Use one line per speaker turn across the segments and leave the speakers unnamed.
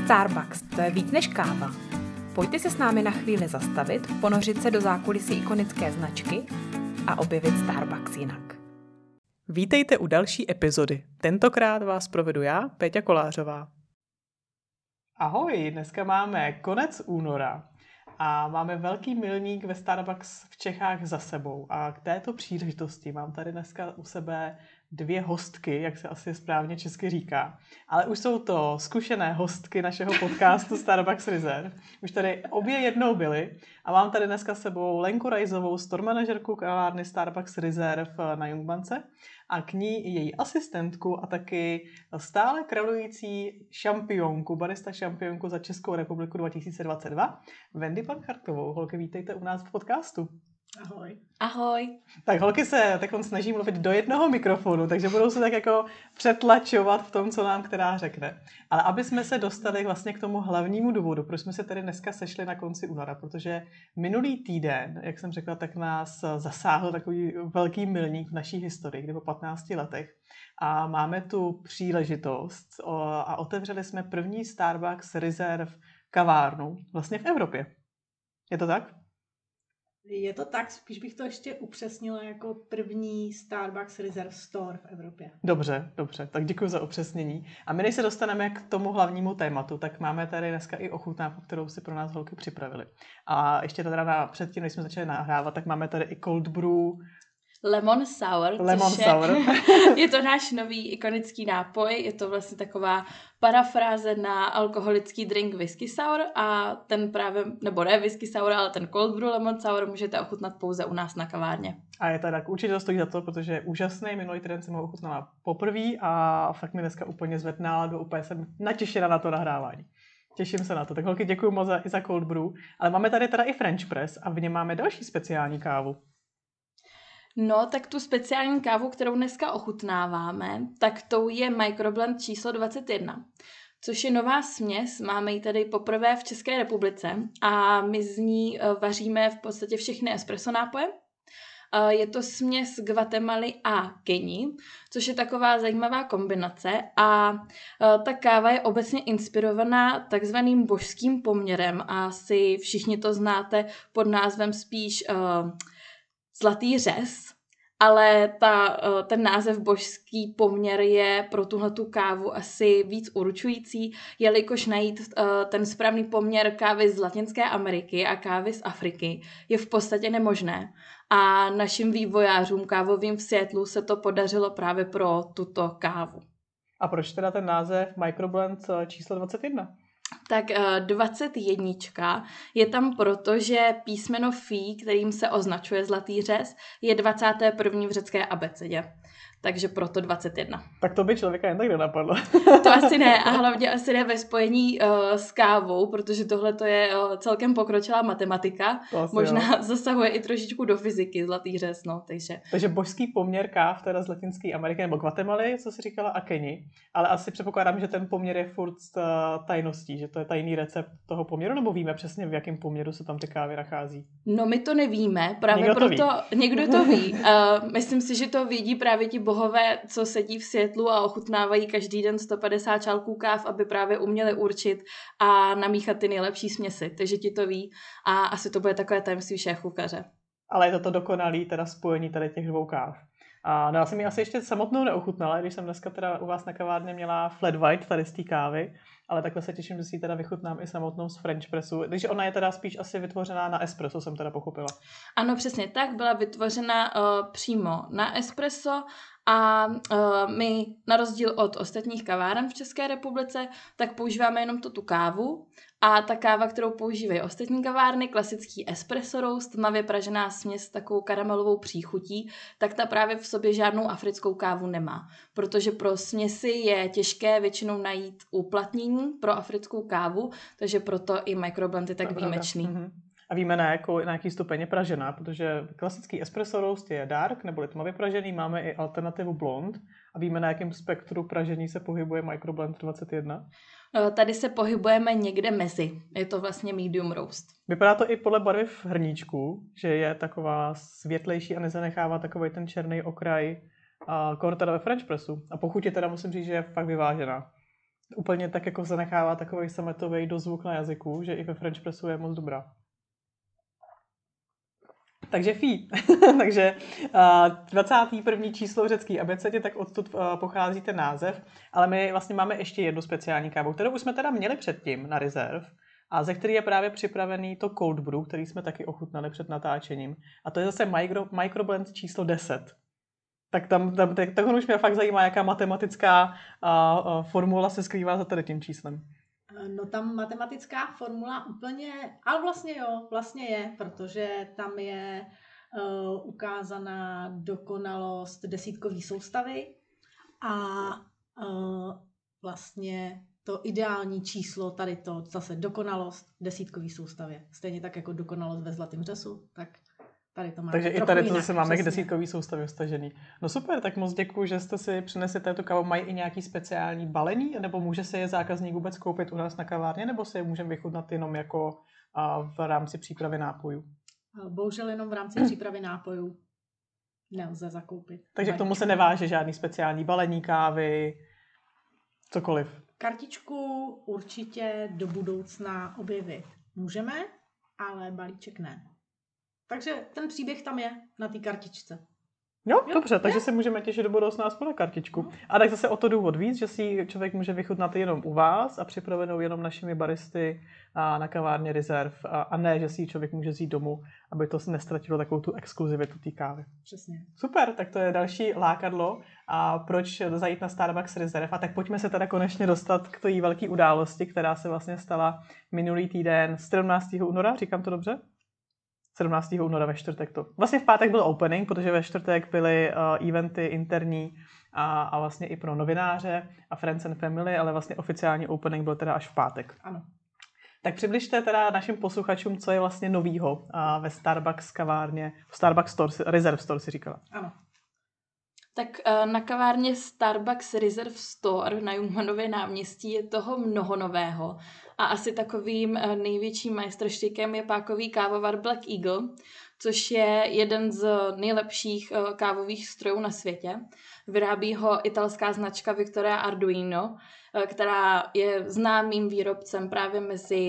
Starbucks, to je víc než káva. Pojďte se s námi na chvíli zastavit, ponořit se do zákulisí ikonické značky a objevit Starbucks jinak.
Vítejte u další epizody. Tentokrát vás provedu já, Péťa Kolářová. Ahoj, dneska máme konec února a máme velký milník ve Starbucks v Čechách za sebou. A k této příležitosti mám tady dneska u sebe dvě hostky, jak se asi správně česky říká. Ale už jsou to zkušené hostky našeho podcastu Starbucks Reserve. Už tady obě jednou byly a mám tady dneska s sebou Lenku Rajzovou, store manažerku kavárny Starbucks Reserve na Jungbance a k ní i její asistentku a taky stále kralující šampionku, barista šampionku za Českou republiku 2022, Wendy Panchartovou. Holky, vítejte u nás v podcastu.
Ahoj.
Ahoj.
Tak holky se tak snaží mluvit do jednoho mikrofonu, takže budou se tak jako přetlačovat v tom, co nám která řekne. Ale aby jsme se dostali vlastně k tomu hlavnímu důvodu, proč jsme se tady dneska sešli na konci února, protože minulý týden, jak jsem řekla, tak nás zasáhl takový velký milník v naší historii, kdy po 15 letech. A máme tu příležitost a otevřeli jsme první Starbucks Reserve kavárnu vlastně v Evropě. Je to tak?
Je to tak, spíš bych to ještě upřesnila jako první Starbucks Reserve Store v Evropě.
Dobře, tak děkuji za upřesnění. A my než se dostaneme k tomu hlavnímu tématu, tak máme tady dneska i ochutnávku, kterou si pro nás holky připravili. A ještě teda předtím, než jsme začali nahrávat, tak máme tady i cold brew
Lemon Sour.
Sour.
Je to náš nový ikonický nápoj, je to vlastně taková parafráze na alkoholický drink whisky sour a ten právě, nebo ne whisky sour, ale ten cold brew lemon sour můžete ochutnat pouze u nás na kavárně.
A je tak, určitě to stojí za to, protože je úžasný, minulý týden jsem ho ochutnala poprvé a fakt mi dneska úplně zvedl náladu, úplně jsem natěšena na to nahrávání. Těším se na to. Tak holky, děkuji moc i za cold brew, ale máme tady teda i French press a v něm máme další speciální kávu.
No, tak tu speciální kávu, kterou dneska ochutnáváme, tak tou je Microblend číslo 21, což je nová směs, máme ji tady poprvé v České republice a my z ní vaříme v podstatě všechny espresso nápoje. Je to směs Guatemaly a Keni, což je taková zajímavá kombinace a ta káva je obecně inspirovaná takzvaným božským poměrem a asi všichni to znáte pod názvem spíš Zlatý řez, ale ten název božský poměr je pro tuhletu kávu asi víc určující, jelikož najít ten správný poměr kávy z Latinské Ameriky a kávy z Afriky je v podstatě nemožné. A našim vývojářům kávovým v Seattlu se to podařilo právě pro tuto kávu.
A proč teda ten název Microblend číslo 21?
Tak 21 je tam proto, že písmeno Phi, kterým se označuje Zlatý řez, je 21. v řecké abecedě. Takže proto 21.
Tak to by člověka jen tak nenapadlo.
To asi ne a hlavně asi ne ve spojení s kávou, protože tohle to je celkem pokročilá matematika. Možná zasahuje i trošičku do fyziky Zlatý řez, no,
Takže božský poměr káv teda z Latinské Ameriky nebo Guatemaly, co jsi říkala, a Keni. Ale asi předpokládám, že ten poměr je furt tajností, že to je tajný recept toho poměru, nebo víme přesně, v jakém poměru se tam ty kávy nachází?
No, my to nevíme, právě proto někdo to ví. Myslím si, že to vědí právě ti bohové, co sedí v Seattlu a ochutnávají každý den 150 čálků káv, aby právě uměli určit a namíchat ty nejlepší směsi. Takže ti to ví a asi to bude takové tajemství šéfkuchaře.
Ale je to dokonalý teda spojení tady těch dvou káv. A no, já jsem ji asi ještě samotnou neochutnala, když jsem dneska teda u vás na kavárně měla flat white tady z té kávy, ale takhle se těším, že si ji teda vychutnám i samotnou z French pressu. Takže ona je teda spíš asi vytvořená na espresso, jsem teda pochopila.
Ano, přesně tak, byla vytvořena přímo na espresso a my na rozdíl od ostatních kaváren v České republice, tak používáme jenom tu kávu a ta káva, kterou používají ostatní kavárny, klasický espresso roast, tmavě pražená směs s takovou karamelovou příchutí, tak ta právě v sobě žádnou africkou kávu nemá, protože pro směsi je těžké většinou najít uplatnění pro africkou kávu, takže proto i Microblend je tak výjimečný.
A víme na jaký stupeň je pražená, protože klasický espresso roast je dark, neboli tmavě pražený, máme i alternativu blond a víme na jakém spektru pražení se pohybuje Microblend 21.
Tady se pohybujeme někde mezi. Je to vlastně medium roast.
Vypadá to i podle barvy v hrníčku, že je taková světlejší a nezanechává takový ten černý okraj, teda ve French pressu. A po chuti teda musím říct, že je fakt vyvážená. Úplně tak jako zanechává takový sametový dozvuk na jazyku, že i ve French pressu je moc dobrá. Takže fí. Takže 21. číslo řecký abecedě, tak odtud pochází ten název, ale my vlastně máme ještě jednu speciální kávu, kterou už jsme teda měli předtím na Reserve, a ze který je právě připravený to cold brew, který jsme taky ochutnali před natáčením. A to je zase microblend číslo 10. Tak tak už mě fakt zajímá, jaká matematická formula se skrývá za tady tím číslem.
No tam matematická formula úplně, ale vlastně je, protože tam je ukázaná dokonalost desítkové soustavy a vlastně to ideální číslo, tady to zase dokonalost desítkové soustavě. Stejně tak jako dokonalost ve zlatém řesu, tak tady to máme.
Takže i tady to zase máme k desítkový soustavě vstažený. No super, tak moc děkuju, že jste si přinesli této kávu. Mají i nějaký speciální balení, nebo může se je zákazník vůbec koupit u nás na kavárně, nebo si je můžeme vychutnat jenom jako v rámci přípravy nápojů?
Bohužel jenom v rámci přípravy nápojů nelze zakoupit.
Takže k tomu se neváže žádný speciální balení kávy, cokoliv.
Kartičku určitě do budoucna objevit můžeme, ale balíček ne. Takže ten příběh tam je na té kartičce.
Jo, dobře, takže se můžeme těšit do budoucna aspoň na kartičku. A tak zase o to důvod víc, že si člověk může vychutnat jenom u vás a připravenou jenom našimi baristy na kavárně Reserve a ne, že si ji člověk může vzít domů, aby to nestratilo takovou tu exkluzivitu té kávy.
Přesně.
Super, tak to je další lákadlo a proč zajít na Starbucks Reserve. A tak pojďme se teda konečně dostat k té velké události, která se vlastně stala minulý týden 17. února, říkám to dobře? 17. února ve čtvrtek to. Vlastně v pátek byl opening, protože ve čtvrtek byly eventy interní a vlastně i pro novináře a friends and family, ale vlastně oficiální opening byl teda až v pátek.
Ano.
Tak přibližte teda našim posluchačům, co je vlastně novýho ve Starbucks kavárně, v Starbucks Store, Reserve Store si říkala.
Ano.
Tak na kavárně Starbucks Reserve Store na Jungmannově náměstí je toho mnoho nového. A asi takovým největším majstrštykem je pákový kávovar Black Eagle, což je jeden z nejlepších kávových strojů na světě. Vyrábí ho italská značka Victoria Arduino, která je známým výrobcem právě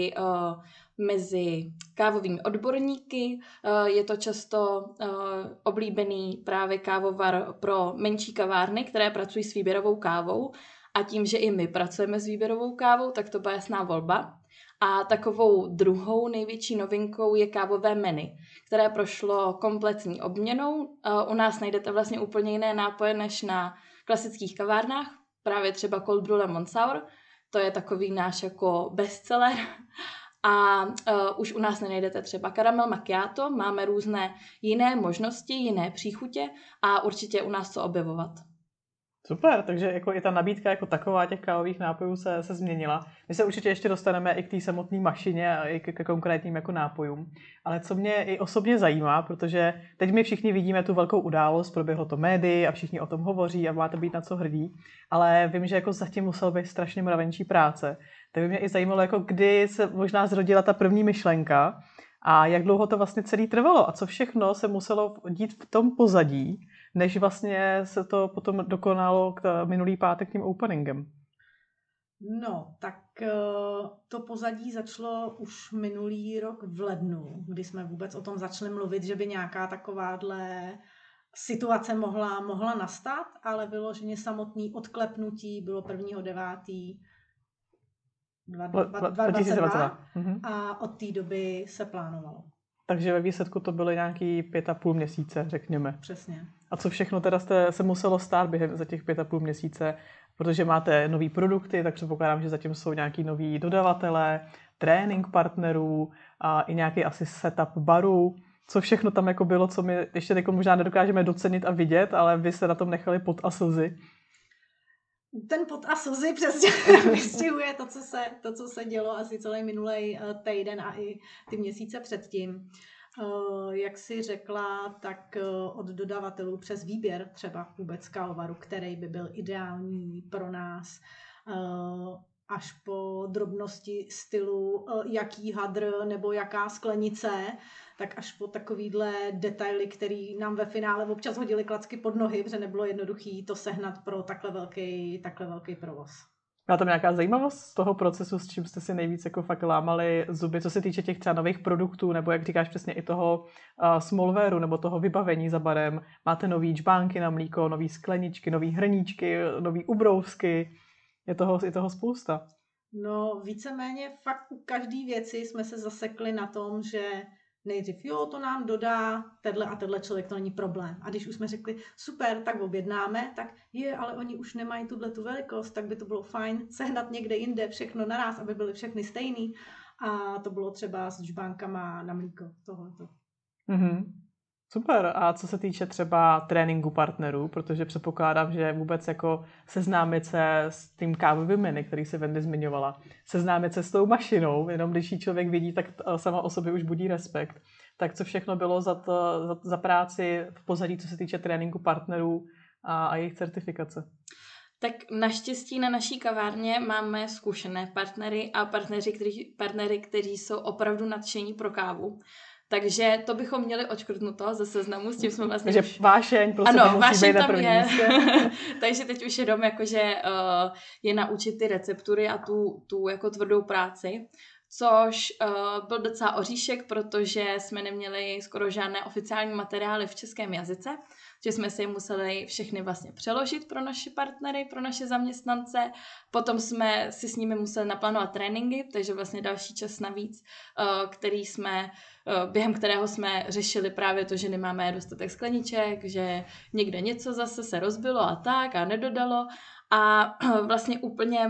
mezi kávovými odborníky. Je to často oblíbený právě kávovar pro menší kavárny, které pracují s výběrovou kávou. A tím, že i my pracujeme s výběrovou kávou, tak to byla jasná volba. A takovou druhou největší novinkou je kávové menu, které prošlo kompletní obměnou. U nás najdete vlastně úplně jiné nápoje než na klasických kavárnách. Právě třeba Cold Brew Lemon Sour, to je takový náš jako bestseller. A už u nás nenajdete třeba karamel macchiato, máme různé jiné možnosti, jiné příchutě a určitě u nás co objevovat.
Super, takže jako i ta nabídka jako taková těch kávových nápojů se změnila. My se určitě ještě dostaneme i k té samotné mašině a i k konkrétním jako nápojům. Ale co mě i osobně zajímá, protože teď my všichni vidíme tu velkou událost, proběhlo to médii a všichni o tom hovoří a máte být na co hrdí, ale vím, že jako zatím musel být strašně mravenčí práce. Tak by mě i zajímalo, jako kdy se možná zrodila ta první myšlenka a jak dlouho to vlastně celý trvalo a co všechno se muselo dít v tom pozadí, než vlastně se to potom dokonalo minulý pátek tím openingem.
No, tak to pozadí začalo už minulý rok v lednu, kdy jsme vůbec o tom začali mluvit, že by nějaká takováhle situace mohla nastat, ale vyloženě samotný odklepnutí bylo 1.9. 2022 a od té doby se plánovalo.
Takže ve výsledku to byly nějaký 5,5 měsíce, řekněme.
Přesně.
A co všechno teda se muselo stát během za těch 5,5 měsíce, protože máte nový produkty, tak předpokládám, že zatím jsou nějaký noví dodavatelé, trénink partnerů a i nějaký asi setup baru. Co všechno tam jako bylo, co my ještě teď možná nedokážeme docenit a vidět, ale vy jste na tom nechali pot a slzy.
Ten pot a slzy přesně vystihuje to, co se dělo asi celý minulý týden a i ty měsíce předtím. Jak jsi řekla, tak od dodavatelů přes výběr třeba vůbec kávovaru, který by byl ideální pro nás, až po drobnosti stylu, jaký hadr nebo jaká sklenice, tak až po takovýhle detaily, který nám ve finále občas hodili klacky pod nohy, protože nebylo jednoduchý to sehnat pro takhle velký provoz.
Má tam nějaká zajímavost z toho procesu, s čím jste si nejvíc jako fakt lámali zuby, co se týče těch třeba nových produktů, nebo jak říkáš přesně i toho smallwareu, nebo toho vybavení za barem. Máte nový džbánky na mlíko, nový skleničky, nový hrníčky, nový ubrousky. Je toho spousta.
No víceméně fakt u každé věci jsme se zasekli na tom, že nejdřív, jo, to nám dodá tenhle člověk, to není problém. A když už jsme řekli, super, tak objednáme, tak ale oni už nemají tu velikost, tak by to bylo fajn sehnat někde jinde všechno naraz, aby byly všechny stejný. A to bylo třeba s džbánkama na mlíko, tohleto.
Mm-hmm. Super. A co se týče třeba tréninku partnerů, protože předpokládám, že vůbec jako seznámit se s tím kávovým menu, který se Wendy zmiňovala, seznámit se s tou mašinou, jenom když ji člověk vidí, tak sama o sobě už budí respekt. Tak co všechno bylo za práci v pozadí, co se týče tréninku partnerů a jejich certifikace?
Tak naštěstí na naší kavárně máme zkušené partnery a partnery, kteří jsou opravdu nadšení pro kávu. Takže to bychom měli odškrtnuto ze seznamu, s tím jsme vlastně...
Takže vášeň prostě
ano,
musí být na
tam
první
je.
místě.
Takže teď už jenom jakože je naučit ty receptury a tu jako tvrdou práci, což byl docela oříšek, protože jsme neměli skoro žádné oficiální materiály v českém jazyce, že jsme si je museli všechny vlastně přeložit pro naše partnery, pro naše zaměstnance. Potom jsme si s nimi museli naplánovat tréninky, takže vlastně další čas navíc, během kterého jsme řešili právě to, že nemáme dostatek skleniček, že někde něco zase se rozbilo a nedodalo. A vlastně úplně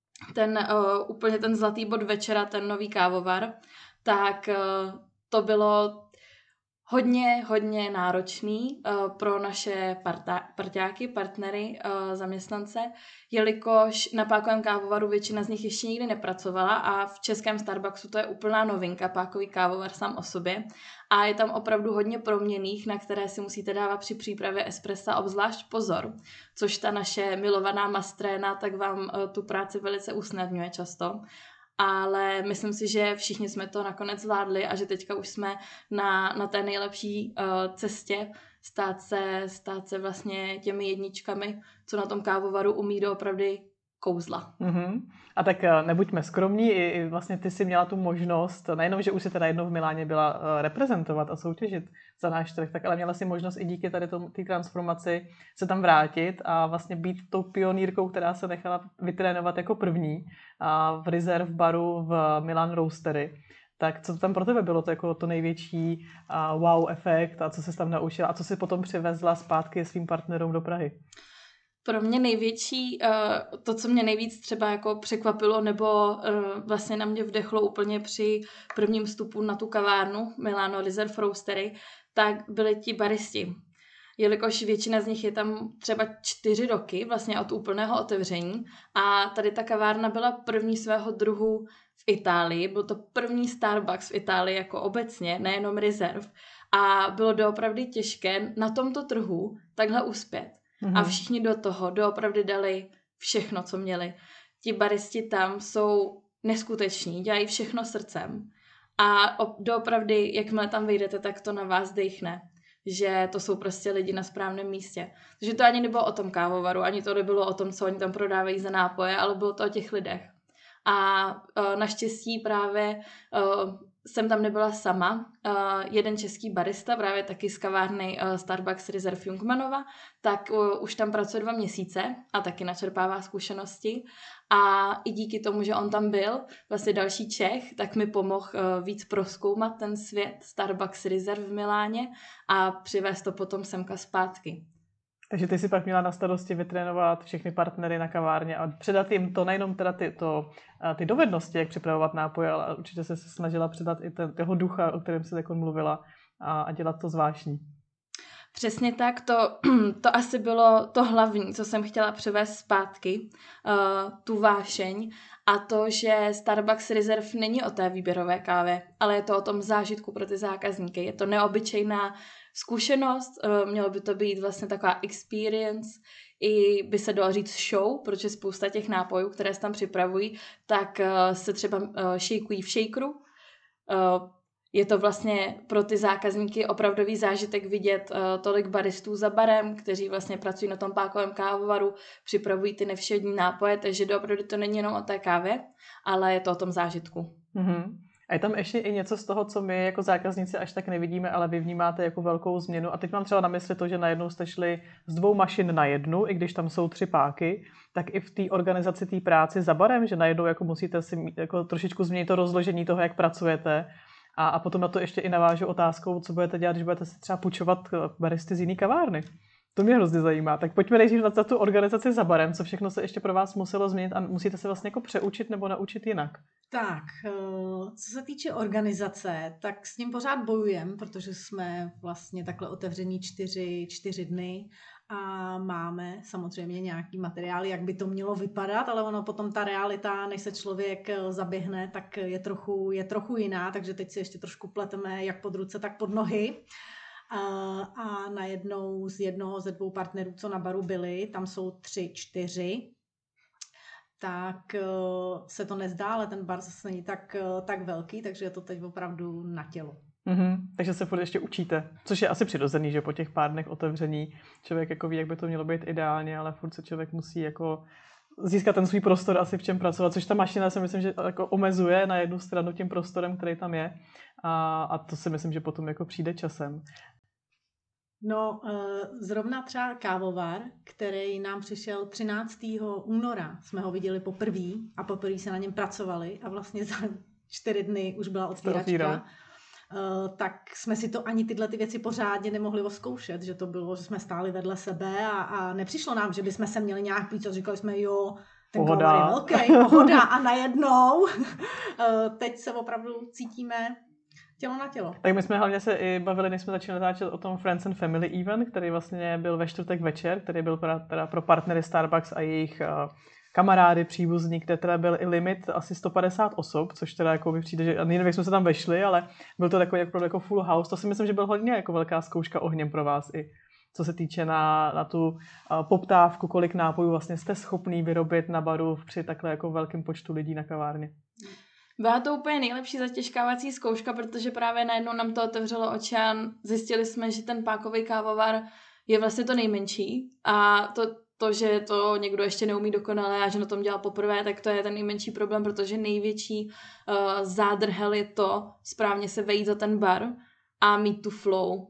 ten zlatý bod večera, ten nový kávovar, tak to bylo hodně náročný pro naše parťáky, partnery, zaměstnance, jelikož na pákovém kávovaru většina z nich ještě nikdy nepracovala a v českém Starbucksu to je úplná novinka, pákový kávovar sám o sobě a je tam opravdu hodně proměnných, na které si musíte dávat při přípravě espressa obzvlášť pozor, což ta naše milovaná mastréna tak vám tu práci velice usnadňuje často. Ale myslím si, že všichni jsme to nakonec zvládli a že teďka už jsme na té nejlepší cestě stát se vlastně těmi jedničkami, co na tom kávovaru umí doopravdy kouzla.
Mm-hmm. A tak nebuďme skromní, i vlastně ty jsi měla tu možnost, nejenom, že už si teda jednou v Miláně byla reprezentovat a soutěžit za náš trh, tak ale měla si možnost i díky tady té transformaci se tam vrátit a vlastně být tou pionýrkou, která se nechala vytrénovat jako první v Reserve baru v Milan Roastery. Tak co tam pro tebe bylo to jako to největší wow efekt a co jsi tam naučila a co jsi potom přivezla zpátky svým partnerům do Prahy?
Pro mě největší, to, co mě nejvíc třeba jako překvapilo nebo vlastně na mě vdechlo úplně při prvním vstupu na tu kavárnu Milano Reserve Roastery, tak byli ti baristi. Jelikož většina z nich je tam třeba 4 roky vlastně od úplného otevření a tady ta kavárna byla první svého druhu v Itálii. Byl to první Starbucks v Itálii jako obecně, nejenom Reserve. A bylo doopravdy těžké na tomto trhu takhle uspět. A všichni do toho doopravdy dali všechno, co měli. Ti baristi tam jsou neskuteční, dělají všechno srdcem. A doopravdy, jakmile tam vyjdete, tak to na vás dejchne, že to jsou prostě lidi na správném místě. Takže to ani nebylo o tom kávovaru, ani to nebylo o tom, co oni tam prodávají za nápoje, ale bylo to o těch lidech. A naštěstí právě jsem tam nebyla sama. Jeden český barista, právě taky z kavárny Starbucks Reserve Jungmannova, tak už tam pracuje 2 měsíce a taky načerpává zkušenosti. A i díky tomu, že on tam byl, vlastně další Čech, tak mi pomohl víc prozkoumat ten svět Starbucks Reserve v Miláně a přivést to potom semka zpátky.
Takže ty si pak měla na starosti vytrénovat všechny partnery na kavárně a předat jim to nejenom teda ty dovednosti, jak připravovat nápoje, ale určitě se snažila předat i toho ducha, o kterém jsi tak mluvila a dělat to zvláštní.
Přesně tak, to asi bylo to hlavní, co jsem chtěla přivést zpátky, tu vášeň a to, že Starbucks Reserve není o té výběrové kávě, ale je to o tom zážitku pro ty zákazníky. Je to neobyčejná zkušenost, mělo by to být vlastně taková experience, i by se dalo říct show, protože spousta těch nápojů, které se tam připravují, tak se třeba šejkují v shakeru. je to vlastně pro ty zákazníky opravdový zážitek vidět tolik baristů za barem, kteří vlastně pracují na tom pákovém kávovaru, připravují ty nevšední nápoje, takže opravdu to není jenom o té kávě, ale je to o tom zážitku.
Mm-hmm. A je tam ještě i něco z toho, co my jako zákazníci až tak nevidíme, ale vy vnímáte jako velkou změnu. A teď mám třeba na mysli to, že najednou jste šli z 2 mašin na 1, i když tam jsou 3 páky, tak i v té organizaci té práci za barem, že najednou jako musíte si jako trošičku změnit to rozložení toho, jak pracujete. A potom na to ještě i navážu otázkou, co budete dělat, když budete si třeba půjčovat baristy z jiný kavárny. To mě hrozně zajímá. Tak pojďme nejdřív na tu organizaci za barem, co všechno se ještě pro vás muselo změnit a musíte se vlastně jako přeučit nebo naučit jinak.
Tak, co se týče organizace, tak s ním pořád bojujeme, protože jsme vlastně takhle otevření 4 dny a máme samozřejmě nějaký materiál, jak by to mělo vypadat, ale ono potom ta realita, než se člověk zaběhne, tak je trochu jiná, takže teď si ještě trošku pleteme jak pod ruce, tak pod nohy. A najednou z jednoho ze 2 partnerů, co na baru byli, tam jsou 3, 4, tak se to nezdá, ale ten bar zase není tak velký, takže je to teď opravdu na tělo.
Mm-hmm. Takže se furt ještě učíte, což je asi přirozený, že po těch pár dnech otevření člověk jako ví, jak by to mělo být ideálně, ale furt se člověk musí jako získat ten svůj prostor asi v čem pracovat, což ta mašina si myslím, že jako omezuje na jednu stranu tím prostorem, který tam je a to si myslím, že potom jako přijde časem.
No, zrovna třeba kávovar, který nám přišel 13. února, jsme ho viděli poprvé a poprvé se na něm pracovali a vlastně za 4 dny už byla otvíračka. Tak jsme si to ani tyhle ty věci pořádně nemohli oskoušet, že to bylo, že jsme stáli vedle sebe a nepřišlo nám, že bychom se měli nějak pít, říkali jsme jo, ten kávovar je velký, pohoda a najednou teď se opravdu cítíme tělo na tělo.
Tak my jsme hlavně se i bavili, než jsme začali natáčet o tom Friends and Family Event, který vlastně byl ve čtvrtek večer, který byl teda pro partnery Starbucks a jejich kamarády, příbuzní, kde teda byl i limit asi 150 osob, což teda jako mi přijde, že nevím, jak jsme se tam vešli, ale byl to takový jako full house. To si myslím, že byl hodně jako velká zkouška ohněm pro vás i co se týče na tu poptávku, kolik nápojů vlastně jste schopný vyrobit na baru při takhle jako velkém počtu lidí na kavárně.
Byla to úplně nejlepší zatěžkávací zkouška, protože právě najednou nám to otevřelo oči a zjistili jsme, že ten pákový kávovar je vlastně to nejmenší a to, že to někdo ještě neumí dokonale a že na tom dělal poprvé, tak to je ten nejmenší problém, protože největší zádrhel je to správně se vejít za ten bar a mít tu flow,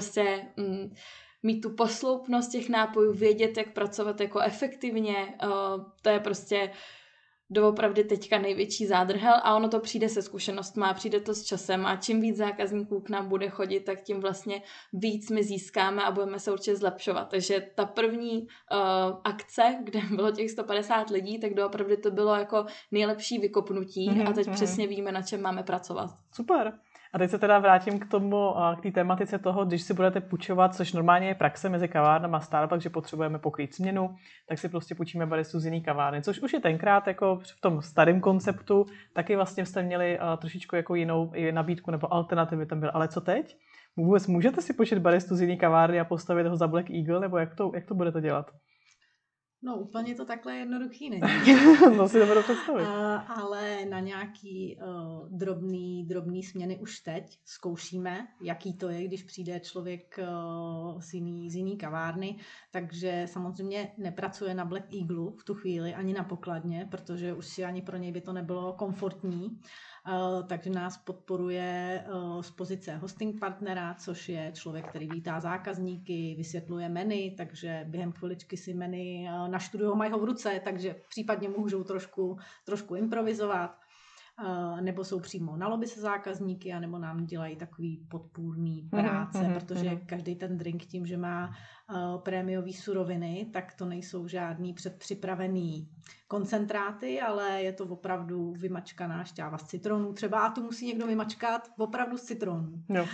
mít tu posloupnost těch nápojů, vědět, jak pracovat jako efektivně, to je prostě doopravdy teďka největší zádrhel a ono to přijde se zkušenostma, přijde to s časem a čím víc zákazníků k nám bude chodit, tak tím vlastně víc my získáme a budeme se určitě zlepšovat. Takže ta první akce, kde bylo těch 150 lidí, tak doopravdy to bylo jako nejlepší vykopnutí a teď přesně víme, na čem máme pracovat.
Super. A teď se teda vrátím k té tematice toho, když si budete půjčovat, což normálně je praxe mezi kavárnama Starbucks, že potřebujeme pokrýt směnu, tak si prostě půjčíme baristu z jiný kavárny, což už je tenkrát jako v tom starém konceptu, taky vlastně jste měli trošičku jako jinou nabídku nebo alternativy tam byly. Ale co teď? Vůbec můžete si půjčit baristu z jiný kavárny a postavit ho za Black Eagle, nebo jak to budete dělat?
No úplně to takhle jednoduchý není.
No si dovedu představit.
Ale na nějaký drobný směny už teď zkoušíme, jaký to je, když přijde člověk z jiný kavárny, takže samozřejmě nepracuje na Black Eagle v tu chvíli, ani na pokladně, protože už si ani pro něj by to nebylo komfortní. Takže nás podporuje z pozice hosting partnera, což je člověk, který vítá zákazníky, vysvětluje menu, takže během chviličky si menu naštudují, mají ho v ruce, takže případně můžou trošku improvizovat, nebo jsou přímo na lobby se zákazníky, anebo nám dělají takový podpůrný práce, protože každý ten drink tím, že má prémiové suroviny, tak to nejsou žádný předpřipravený koncentráty, ale je to opravdu vymačkaná šťáva z citronů třeba a tu musí někdo vymačkat opravdu z citronů.
No.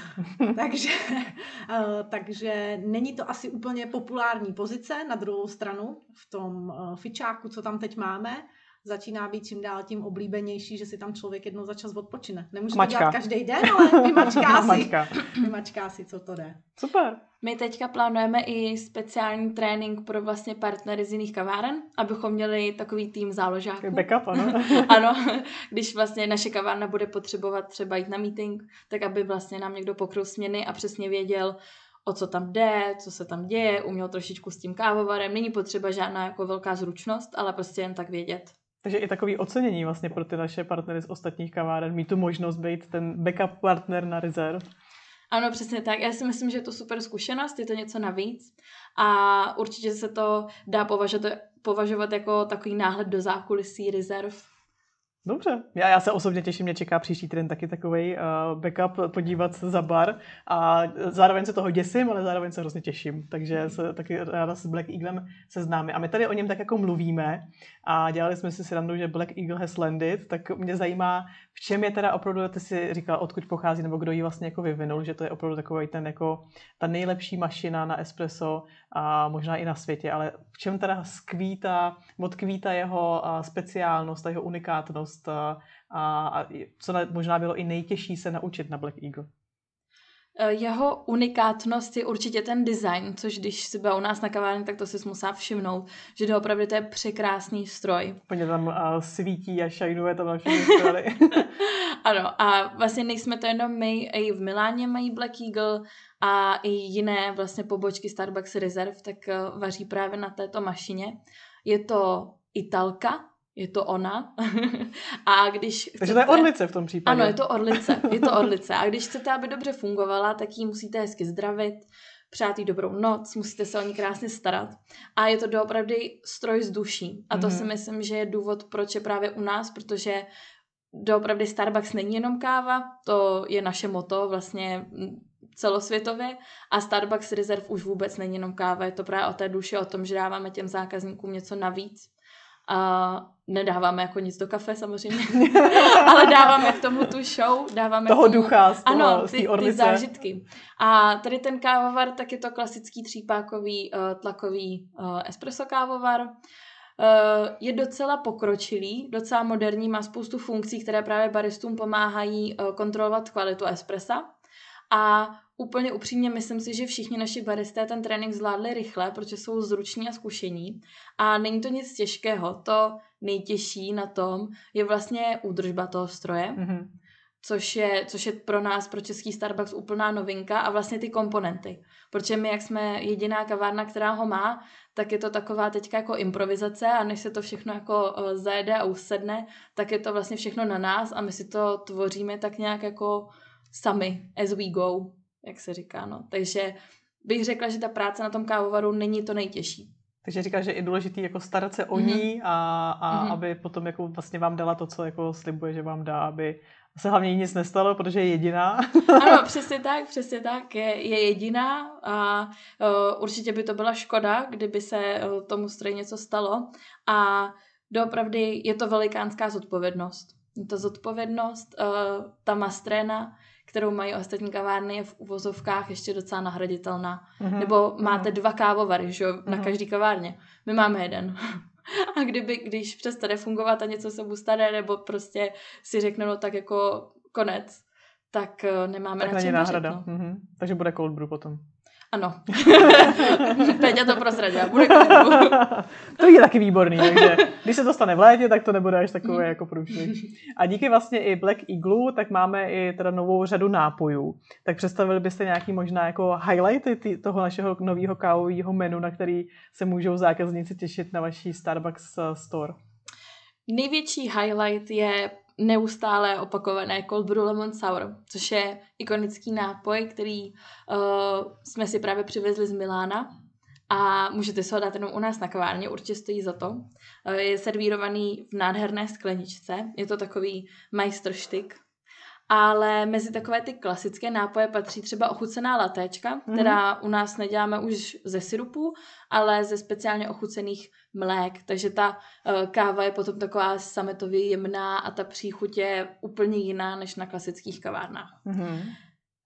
takže není to asi úplně populární pozice na druhou stranu v tom fičáku, co tam teď máme, začíná být čím dál tím oblíbenější, že si tam člověk jednou za čas odpočine. Nemůže
Mačka.
to dělat každý den, ale vymačká si, co to jde.
Super.
My teďka plánujeme i speciální trénink pro vlastně partnery z jiných kaváren, abychom měli takový tým záložáků.
Backup, ano.
Ano, když vlastně naše kavárna bude potřebovat třeba jít na meeting, tak aby vlastně nám někdo pokryl směny a přesně věděl, o co tam jde, co se tam děje, uměl trošičku s tím kávovarem. Není potřeba žádná jako velká zručnost, ale prostě jen tak vědět.
Takže i takový ocenění vlastně pro ty naše partnery z ostatních kaváren, mít tu možnost být ten backup partner na rezerv.
Ano, přesně tak. Já si myslím, že je to super zkušenost, je to něco navíc a určitě se to dá považovat jako takový náhled do zákulisí rezerv.
Dobře. Já se osobně těším, mě čeká příští týden taky takovej backup, podívat se za bar a zároveň se toho děsím, ale zároveň se hrozně těším. Takže se taky ráda s Black Eaglem seznámím. A my tady o něm tak jako mluvíme a dělali jsme si srandu, že Black Eagle has landed, tak mě zajímá, v čem je teda opravdu, ty si říkala, odkud pochází, nebo kdo ji vlastně jako vyvinul, že to je opravdu takový ten jako ta nejlepší mašina na espresso a možná i na světě, ale v čem teda tkví ta jeho speciálnost, ta jeho unikátnost a co možná bylo i nejtěžší se naučit na Black Eagle?
Jeho unikátnost je určitě ten design, což když si byla u nás na kavárně, tak to si musela všimnout, že doopravdy to je překrásný stroj.
Úplně tam svítí a šajnuje tam na všechny strany.
Ano, a vlastně nejsme to jenom my, i v Miláně mají Black Eagle a i jiné vlastně pobočky Starbucks Reserve, tak vaří právě na této mašině. Je to Italka, je to ona. A když chcete...
Takže to je orlice v tom případě.
Ano, je to orlice. A když chcete, aby dobře fungovala, tak ji musíte hezky zdravit, přát jí dobrou noc, musíte se o ní krásně starat. A je to doopravdy stroj z duší. A to si myslím, že je důvod, proč je právě u nás, protože doopravdy Starbucks není jenom káva, to je naše motto vlastně celosvětově a Starbucks Reserve už vůbec není jenom káva, je to právě o té duši, o tom, že dáváme těm zákazníkům něco navíc. A nedáváme jako nic do kafe samozřejmě, ale dáváme k tomu tu show, dáváme
toho
tomu,
ducha z toho,
ano,
z té orlice.
ty zážitky. A tady ten kávovar, tak je to klasický třípákový tlakový espresso kávovar. Je docela pokročilý, docela moderní, má spoustu funkcí, které právě baristům pomáhají kontrolovat kvalitu espressa. A úplně upřímně myslím si, že všichni naši baristé ten trénink zvládli rychle, protože jsou zruční a zkušení. A není to nic těžkého. To nejtěžší na tom je vlastně údržba toho stroje, což je pro nás, pro český Starbucks úplná novinka a vlastně ty komponenty. Protože my, jak jsme jediná kavárna, která ho má, tak je to taková teďka jako improvizace a než se to všechno jako zajede a usedne, tak je to vlastně všechno na nás a my si to tvoříme tak nějak jako sami, as we go, jak se říká, no. Takže bych řekla, že ta práce na tom kávovaru není to nejtěžší.
Takže říkáš, že je důležitý jako starat se o ní a aby potom jako vlastně vám dala to, co jako slibuje, že vám dá, aby se hlavně jí nic nestalo, protože je jediná.
Ano, přesně tak, je jediná a určitě by to byla škoda, kdyby se tomu stroji něco stalo a doopravdy je to velikánská zodpovědnost. Ta zodpovědnost, ta mastréna, kterou mají ostatní kavárny, je v uvozovkách ještě docela nahraditelná. Nebo máte 2 kávovary, že jo, na každý kavárně. My máme jeden. A když přestane fungovat a něco se mu stane, nebo prostě si řekne, no tak jako konec, tak nemáme
tak
na čem
náhrada.
vařit, no.
Takže bude cold brew potom.
Ano. Peťa to prozradila. Bude cold brew.
To je taky výborný, takže když se to stane v létě, tak to nebude až takové jako průšvih. A díky vlastně i Black Eagle, tak máme i teda novou řadu nápojů. Tak představili byste nějaký možná jako highlighty toho našeho nového kávového menu, na který se můžou zákazníci těšit na vaší Starbucks store?
Největší highlight je neustále opakované Cold Brew Lemon Sour, což je ikonický nápoj, který jsme si právě přivezli z Milána a můžete se ho dát jenom u nás na kavárně, určitě stojí za to. Je servírovaný v nádherné skleničce, je to takový majstrštyk. Ale mezi takové ty klasické nápoje patří třeba ochucená latéčka, která u nás neděláme už ze syrupu, ale ze speciálně ochucených mlék. Takže ta káva je potom taková sametově jemná a ta příchuť je úplně jiná než na klasických kavárnách.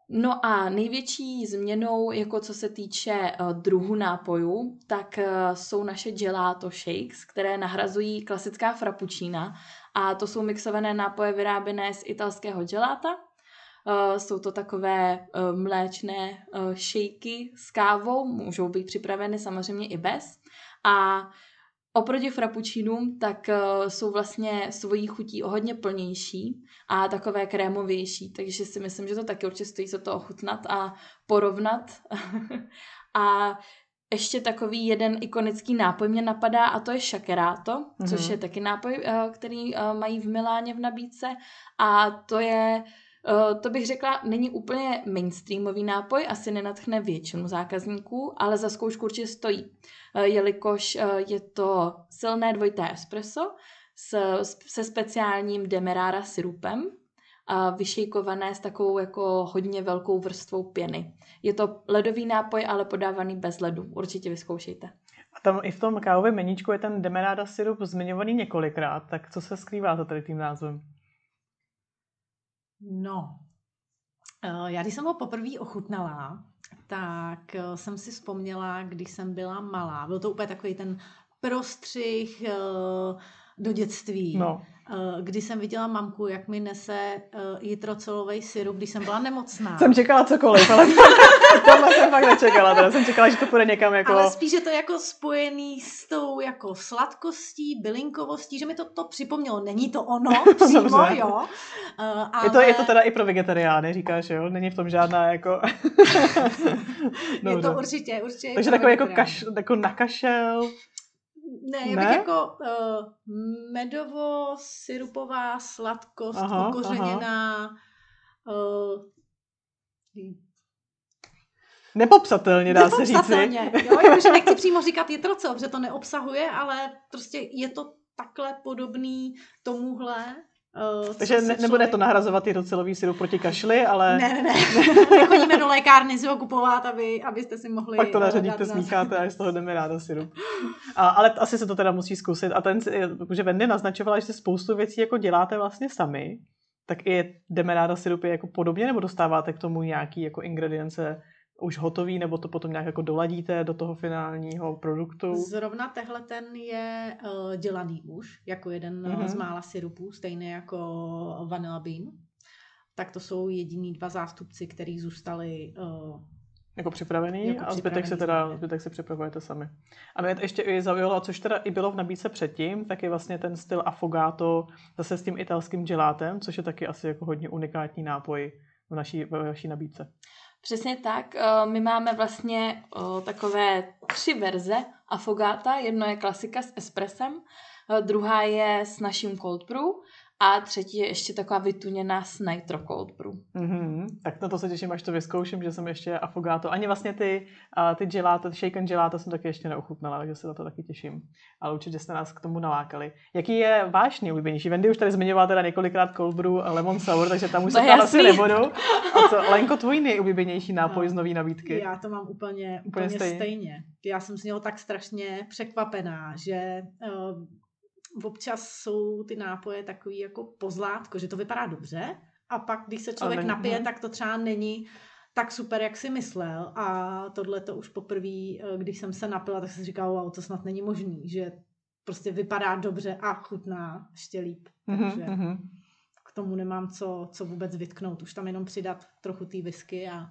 No a největší změnou, jako co se týče druhu nápojů, tak jsou naše gelato shakes, které nahrazují klasická frappuccina a to jsou mixované nápoje vyráběné z italského gelata. Jsou to takové mléčné shakey s kávou, můžou být připraveny samozřejmě i bez. A oproti frappuccinům tak jsou vlastně svojí chutí o hodně plnější a takové krémovější, takže si myslím, že to taky určitě stojí za to ochutnat a porovnat. A ještě takový jeden ikonický nápoj mě napadá a to je shakerato, což je taky nápoj, který mají v Miláně v nabídce a to bych řekla, není úplně mainstreamový nápoj, asi nenadchne většinu zákazníků, ale za zkoušku určitě stojí, jelikož je to silné dvojité espresso se speciálním demerara sirupem, vyšejkované s takovou jako hodně velkou vrstvou pěny. Je to ledový nápoj, ale podávaný bez ledu. Určitě vyzkoušejte.
A tam i v tom kávovém meníčku je ten demerara sirup zmiňovaný několikrát, tak co se skrývá za tady tím názvem?
No, já když jsem ho poprvé ochutnala, tak jsem si vzpomněla, když jsem byla malá. Byl to úplně takový ten prostřih do dětství.
No.
Kdy jsem viděla mamku, jak mi nese jitrocelovej sirup, když jsem byla nemocná.
Jsem čekala cokoliv, ale tohle jsem fakt nečekala. Teda jsem čekala, že to půjde někam jako...
Ale spíš je to jako spojený s tou jako sladkostí, bylinkovostí, že mi to připomnělo. Není to ono přímo, jo. Ale...
Je to teda i pro vegetariány, říkáš, jo? Není v tom žádná jako...
Je to určitě.
Takže takový jako na kašel...
Ne, já bych jako medovo-syrupová sladkost, okořeněná.
Nepopsatelně, dá se říci.
Jo, jakože nechci přímo říkat jitrocel, protože to neobsahuje, ale prostě je to takhle podobný tomuhle.
Takže nebude to nahrazovat jitrocelový sirup proti kašli, ale...
Ne. Nechodíme do lékárny si ho kupovat, abyste si mohli...
Pak to naředíte, smícháte a z toho jdeme ráda sirup. Ale asi se to teda musí zkusit. A protože Wendy naznačovala, že si spoustu věcí jako děláte vlastně sami, tak i demerara sirup je jako podobně, nebo dostáváte k tomu nějaký jako ingredience už hotový, nebo to potom nějak jako doladíte do toho finálního produktu?
Zrovna tehle ten je dělaný už, jako jeden z mála syrupů, stejně jako Vanilla Bean. Tak to jsou jediný dva zástupci, který zůstali
jako připravený a zbytek si připravujete sami. A mě ještě i zaujalo, což teda i bylo v nabídce předtím, tak je vlastně ten styl affogato zase s tím italským gelátem, což je taky asi jako hodně unikátní nápoj v naší nabídce.
Přesně tak. My máme vlastně takové 3 verze affogata. Jedno je klasika s espressem, druhá je s naším cold brew a třetí je ještě taková vytuněná s nitro cold brew.
Tak na to se těším, až to vyzkouším, že jsem ještě affogato. Ani vlastně ty gelato, shaken gelato jsem taky ještě neochutnala, takže se na to taky těším. Ale určitě jste nás k tomu nalákali. Jaký je váš nejoblíbenější? Wendy už tady zmiňovala teda několikrát cold brew lemon sour, takže tam už se tam asi nebudu. A co, Lenko, tvůj nejoblíbenější nápoj z nový nabídky?
Já to mám úplně stejně. Já jsem z něho tak strašně překvapená, že občas jsou ty nápoje takový jako pozlátko, že to vypadá dobře a pak, když se člověk napije, tak to třeba není tak super, jak si myslel. A tohle to už poprvé, když jsem se napila, tak jsem si říkala, wow, to snad není možný, že prostě vypadá dobře a chutná ještě líp. Takže k tomu nemám co vůbec vytknout. Už tam jenom přidat trochu té whisky a...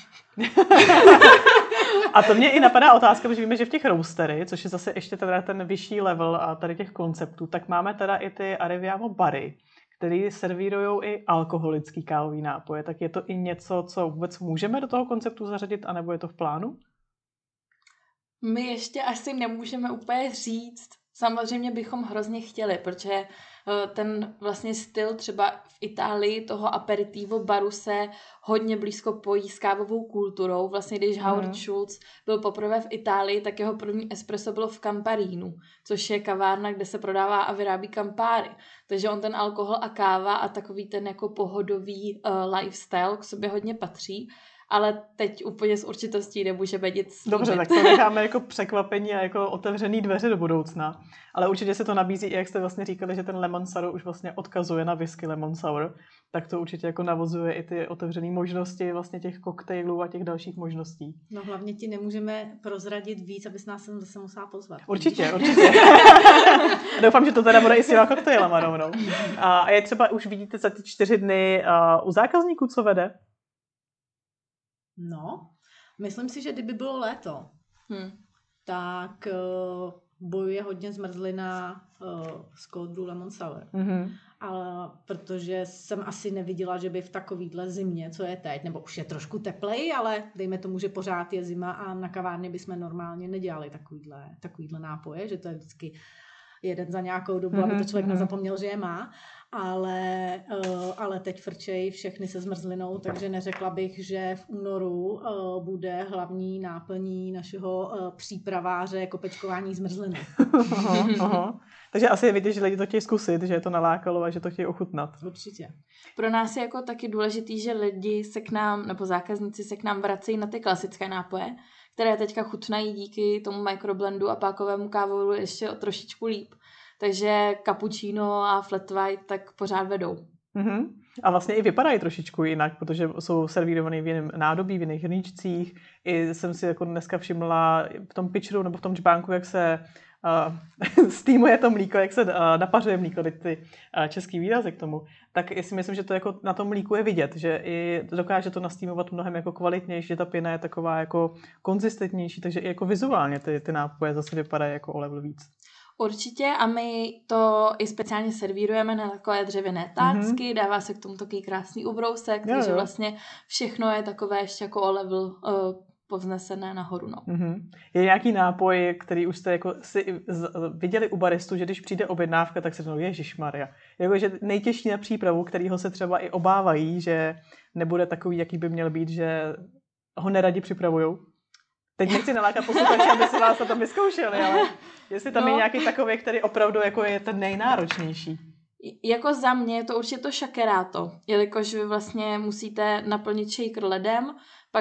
A to mě i napadá otázka, protože víme, že v těch roastery, což je zase ještě teda ten vyšší level a tady těch konceptů, tak máme teda i ty Arriviamo bary, který servírujou i alkoholický kávový nápoje. Tak je to i něco, co vůbec můžeme do toho konceptu zařadit, anebo je to v plánu?
My ještě asi nemůžeme úplně říct. Samozřejmě bychom hrozně chtěli, protože ten vlastně styl třeba v Itálii toho aperitivo baru se hodně blízko pojí s kávovou kulturou. Vlastně když Howard Schultz byl poprvé v Itálii, tak jeho první espresso bylo v Camparínu, což je kavárna, kde se prodává a vyrábí Campari. Takže on ten alkohol a káva a takový ten jako pohodový lifestyle k sobě hodně patří. ale teď úplně s určitostí nemůžeme nic slíbit.
Dobře, tak to necháme jako překvapení a jako otevřený dveře do budoucna. Ale určitě se to nabízí, i jak jste vlastně říkali, že ten lemon sour už vlastně odkazuje na whisky lemon sour, tak to určitě jako navozuje i ty otevřené možnosti vlastně těch koktejlů a těch dalších možností.
No hlavně ti nemůžeme prozradit víc, abys nás sem zase musela pozvat.
Určitě. Doufám, že to teda bude i s těma koktejlama rovnou. A je třeba už vidíte za ty 4 dny u zákazníků, co vede?
No, myslím si, že kdyby bylo léto, tak bojuje hodně zmrzlina z Cold Brew Lemon Sour. Ale protože jsem asi neviděla, že by v takovýhle zimě, co je teď, nebo už je trošku teplej, ale dejme tomu, že pořád je zima a na kavárně bychom normálně nedělali takovýhle nápoje, že to je vždycky jeden za nějakou dobu, aby to člověk nezapomněl, že je má. Ale teď frčej všechny se zmrzlinou, takže neřekla bych, že v únoru bude hlavní náplní našeho přípraváře kopečkování zmrzliny.
Takže asi vidíte, že lidi to chtějí zkusit, že je to nalákalo a že to chtějí ochutnat.
Určitě.
Pro nás je jako taky důležitý, že lidi se k nám, nebo zákazníci se k nám vracejí na ty klasické nápoje, které teďka chutnají díky tomu microblendu a pákovému kávovu ještě o trošičku líp. Takže cappuccino a flat white tak pořád vedou.
A vlastně i vypadají trošičku jinak, protože jsou servírovaný v jiném nádobí, v jiných hrníčcích. I jsem si jako dneska všimla v tom pitcheru nebo v tom čbánku, jak se steamuje to mlíko, jak se napařuje mlíko, teď ty český výrazy k tomu, tak si myslím, že to jako na tom mlíku je vidět, že i dokáže to nastýmovat mnohem jako kvalitnější, že ta pěna je taková jako konzistentnější, takže i jako vizuálně ty nápoje zase vypadají jako o level víc.
Určitě a my to i speciálně servírujeme na takové dřevěné tácky, dává se k tomu takový krásný ubrousek, takže vlastně všechno je takové ještě jako o level povznesené nahoru. No.
Je nějaký nápoj, který už jste jako si viděli u baristu, že když přijde objednávka, tak se řeknou, ježišmarja. Jakože nejtěžší na přípravu, kterýho se třeba i obávají, že nebude takový, jaký by měl být, že ho neradi připravujou. Teď nechci nalákat posluchače, aby si vás na tom vyzkoušeli, ale jestli tam je nějaký takový, který opravdu jako je ten nejnáročnější.
Jako za mě je to určitě to shakeráto, jelikož vy vlastně musíte naplnit shaker ledem,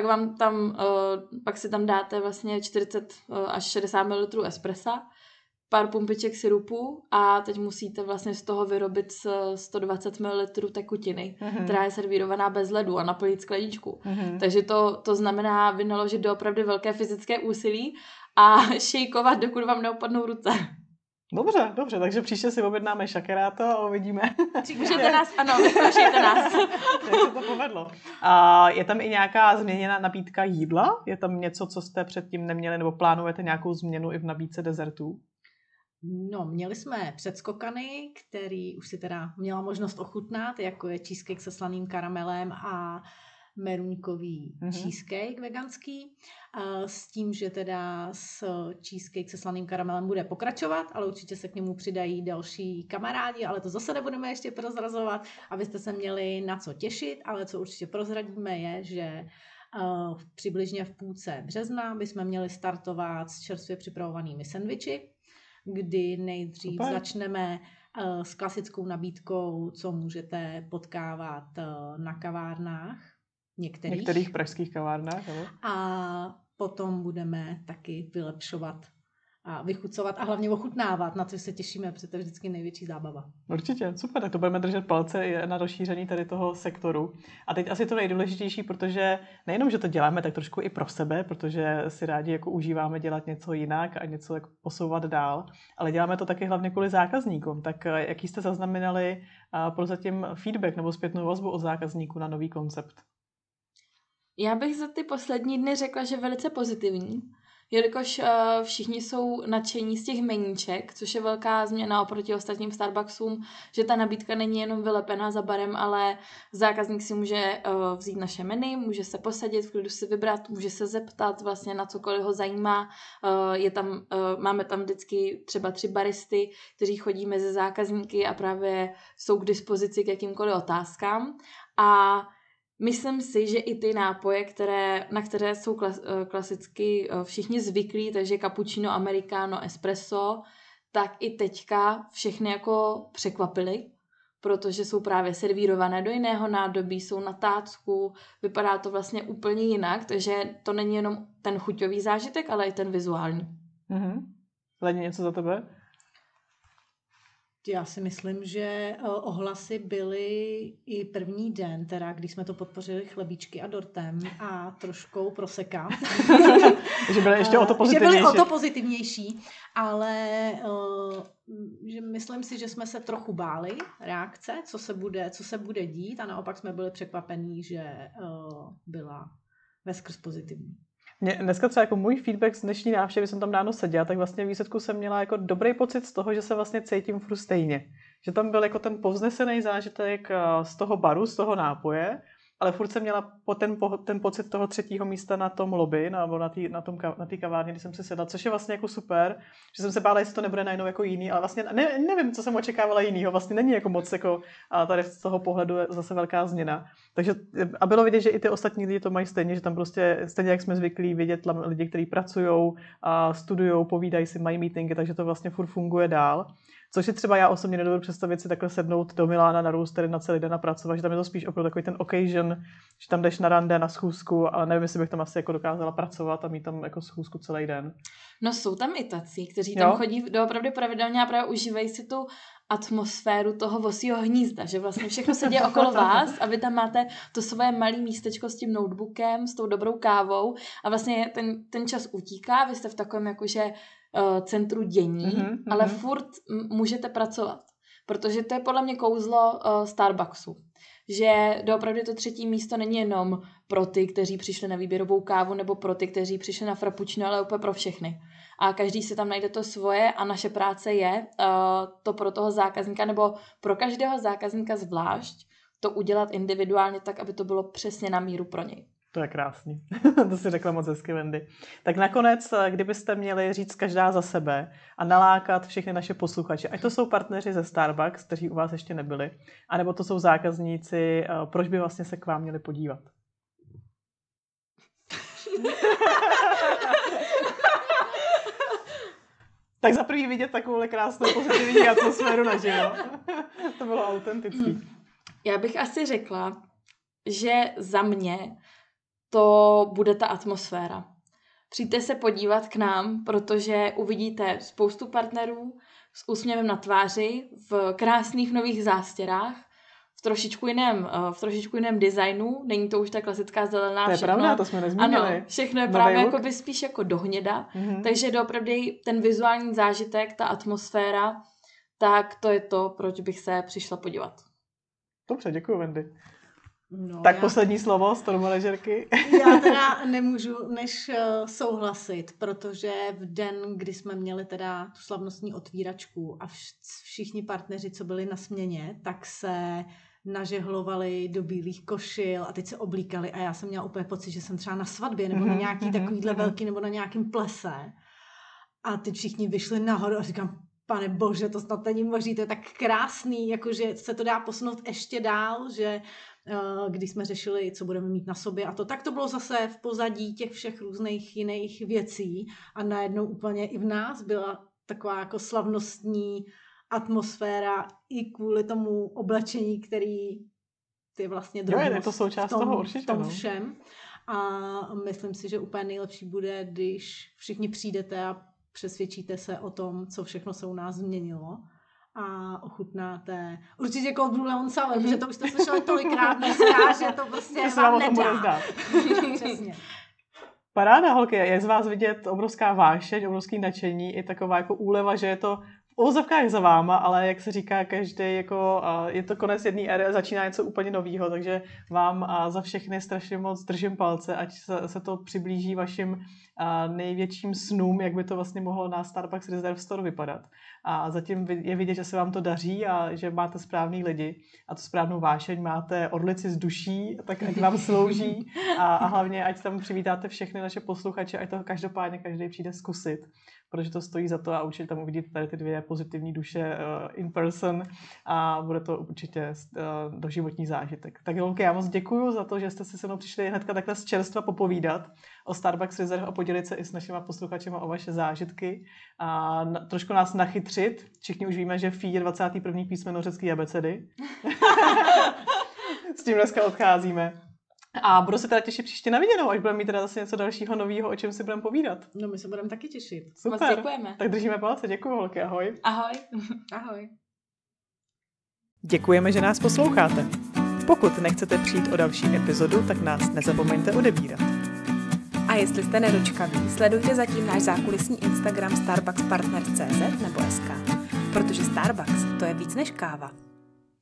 pak si tam dáte vlastně 40 až 60 ml espressa, pár pumpiček syrupu a teď musíte vlastně z toho vyrobit 120 ml tekutiny, která je servírovaná bez ledu a naplnit skleničku. Takže to znamená vynaložit doopravdy velké fyzické úsilí a šejkovat, dokud vám neopadnou ruce.
Dobře, takže příště si objednáme shakeráto a uvidíme.
Můžete nás, ano, vyzkoušejte nás.
Jak se to povedlo. A je tam i nějaká změněná nabídka jídla? Je tam něco, co jste předtím neměli, nebo plánujete nějakou změnu i v nabídce dezertů?
No, měli jsme předskokany, který už si teda měla možnost ochutnat, jako je cheesecake se slaným karamelem a meruňkový cheesecake veganský, s tím, že teda cheesecake se slaným karamelem bude pokračovat, ale určitě se k němu přidají další kamarádi, ale to zase nebudeme ještě prozrazovat, abyste se měli na co těšit, ale co určitě prozradíme je, že přibližně v půlce března bychom měli startovat s čerstvě připravovanými sendviči, kdy nejdřív začneme s klasickou nabídkou, co můžete potkávat na kavárnách, některých
pražských kavárnách. Ale?
A potom budeme taky vylepšovat a vychucovat a hlavně ochutnávat, na co se těšíme, protože to je vždycky největší zábava.
Určitě, super, tak to budeme držet palce i na rozšíření tady toho sektoru. A teď asi to nejdůležitější, protože nejenom, že to děláme tak trošku i pro sebe, protože si rádi jako užíváme dělat něco jinak a něco jako posouvat dál, ale děláme to taky hlavně kvůli zákazníkům. Tak jaký jste zaznamenali prozatím feedback nebo zpětnou vazbu od zákazníků na nový koncept?
Já bych za ty poslední dny řekla, že velice pozitivní, jelikož všichni jsou nadšení z těch meníček, což je velká změna oproti ostatním Starbucksům, že ta nabídka není jenom vylepená za barem, ale zákazník si může vzít naše menu, může se posadit, v klidu si vybrat, může se zeptat vlastně na cokoliv ho zajímá. Máme tam vždycky třeba 3 baristy, kteří chodí mezi zákazníky a právě jsou k dispozici k jakýmkoliv otázkám. A myslím si, že i ty nápoje, na které jsou klasicky všichni zvyklí, takže cappuccino, americano, espresso, tak i teďka všechny jako překvapily, protože jsou právě servírované do jiného nádobí, jsou na tácku, vypadá to vlastně úplně jinak, takže to není jenom ten chuťový zážitek, ale i ten vizuální.
Leni, něco za tebe?
Já si myslím, že ohlasy byly i první den, teda když jsme to podpořili chlebíčky a dortem a troškou proseka.
Že byly ještě o to pozitivnější.
Že byly o to pozitivnější, ale že myslím si, že jsme se trochu báli reakce, co se bude dít, a naopak jsme byli překvapení, že byla veskrz pozitivní.
Dneska třeba jako můj feedback z dnešní návštěvy, jsem tam ráno seděla, tak vlastně v výsledku jsem měla jako dobrý pocit z toho, že se vlastně cítím furt stejně. Že tam byl jako ten povznesený zážitek z toho baru, z toho nápoje, ale furt jsem měla ten pocit toho třetího místa na tom lobby, nebo na té kavárně, kdy jsem si sedla, což je vlastně jako super, že jsem se bála, jestli to nebude najednou jako jiný, ale vlastně nevím, co jsem očekávala jinýho, vlastně není jako moc jako tady z toho pohledu je zase velká změna. Takže a bylo vidět, že i ty ostatní lidi to mají stejně, že tam prostě stejně jak jsme zvyklí vidět lidi, kteří pracujou, studujou, povídají si, mají meetingy, takže to vlastně furt funguje dál. Což si třeba já osobně nedovedu představit si takhle sednout do Milána na Roostery na celý den a pracovat, že tam je to spíš opravdu takový ten occasion, že tam jdeš na rande, na schůzku, ale nevím, jestli bych tam asi jako dokázala pracovat a mít tam jako schůzku celý den.
No jsou tam i tací, kteří tam chodí doopravdy pravidelně a právě užívají si tu atmosféru toho vosího hnízda, že vlastně všechno se děje okolo vás a vy tam máte to svoje malé místečko s tím notebookem, s tou dobrou kávou a vlastně ten čas utíká, vy jste v takovém jakože centru dění, ale furt můžete pracovat, protože to je podle mě kouzlo Starbucksu, že doopravdy to třetí místo není jenom pro ty, kteří přišli na výběrovou kávu nebo pro ty, kteří přišli na frappuccino, ale úplně pro všechny. A každý si tam najde to svoje a naše práce je to pro toho zákazníka nebo pro každého zákazníka zvlášť to udělat individuálně tak, aby to bylo přesně na míru pro něj.
To je krásný. To si řekla moc hezky, Wendy. Tak nakonec, kdybyste měli říct každá za sebe a nalákat všechny naše posluchače, ať to jsou partneři ze Starbucks, kteří u vás ještě nebyli, anebo to jsou zákazníci, proč by vlastně se k vám měli podívat? Tak za první vidět takovou krásnou pozitivní atmosféru naživo. To bylo autentický.
Já bych asi řekla, že za mě to bude ta atmosféra. Přijďte se podívat k nám, protože uvidíte spoustu partnerů s úsměvem na tváři, v krásných nových zástěrách, v trošičku jiném designu. Není to už ta klasická zelená.
To je
všechno.
pravda, to jsme nezmínili.
Ano, všechno je právě jakoby spíš jako do hněda. Takže doopravdy ten vizuální zážitek, ta atmosféra, tak to je to, proč bych se přišla podívat.
Dobře, děkuji, Wendy.
No,
tak poslední slovo z toho manažerky.
Já teda nemůžu než souhlasit, protože v den, kdy jsme měli teda tu slavnostní otvíračku a všichni partneři, co byli na směně, tak se nažehlovali do bílých košil a teď se oblíkali a já jsem měla úplně pocit, že jsem třeba na svatbě nebo na nějaký takovýhle velký nebo na nějakým plese. A teď všichni vyšli nahoru a říkám, pane bože, to snad není možný, to je tak krásný, jakože se to dá posunout ještě dál, že když jsme řešili, co budeme mít na sobě a to, tak to bylo zase v pozadí těch všech různých jiných věcí a najednou úplně i v nás byla taková jako slavnostní atmosféra i kvůli tomu oblečení, který je vlastně drobnost
je to součást toho určitě,
v tom všem. A myslím si, že úplně nejlepší bude, když všichni přijdete a přesvědčíte se o tom, co všechno se u nás změnilo a ochutnáte určitě Cold Brew Lemon Sour, protože to už jste slyšeli tolikrát dneska, že to prostě vám nedá. Přesně.
Paráda, holky, je z vás vidět obrovská vášeň, obrovský nadšení, i taková jako úleva, že je to v uvozovkách za váma, ale jak se říká každý, jako, je to konec jedné éry a začíná něco úplně nového, takže vám za všechny strašně moc držím palce, ať se to přiblíží vašim největším snům, jak by to vlastně mohlo na Starbucks Reserve Store vypadat. A zatím je vidět, že se vám to daří a že máte správný lidi a tu správnou vášeň, máte orlici z duší, tak ať vám slouží a hlavně ať tam přivítáte všechny naše posluchače, ať to každopádně každý přijde zkusit. protože to stojí za to a určitě tam uvidíte tady ty dvě pozitivní duše in person a bude to určitě doživotní zážitek. Tak holky, já moc děkuju za to, že jste si se mnou přišli hnedka takhle z čerstva popovídat o Starbucks Reserve a podělit se i s našimi posluchačima o vaše zážitky a trošku nás nachytřit. Všichni už víme, že Phi je 21. písmeno řecký abecedy. S tím dneska odcházíme. A budu se teda těšit příště na viděnou, až budeme mít teda zase něco dalšího nového, o čem si budeme povídat.
No my se budeme taky těšit.
Super.
Moc děkujeme.
Tak držíme palce, děkuju holky, ahoj.
Ahoj.
Ahoj.
Děkujeme, že nás posloucháte. Pokud nechcete přijít o další epizodu, tak nás nezapomeňte odebírat.
A jestli jste nedočkaví, sledujte zatím náš zákulisní Instagram starbuckspartners.cz nebo SK, protože Starbucks to je víc než káva.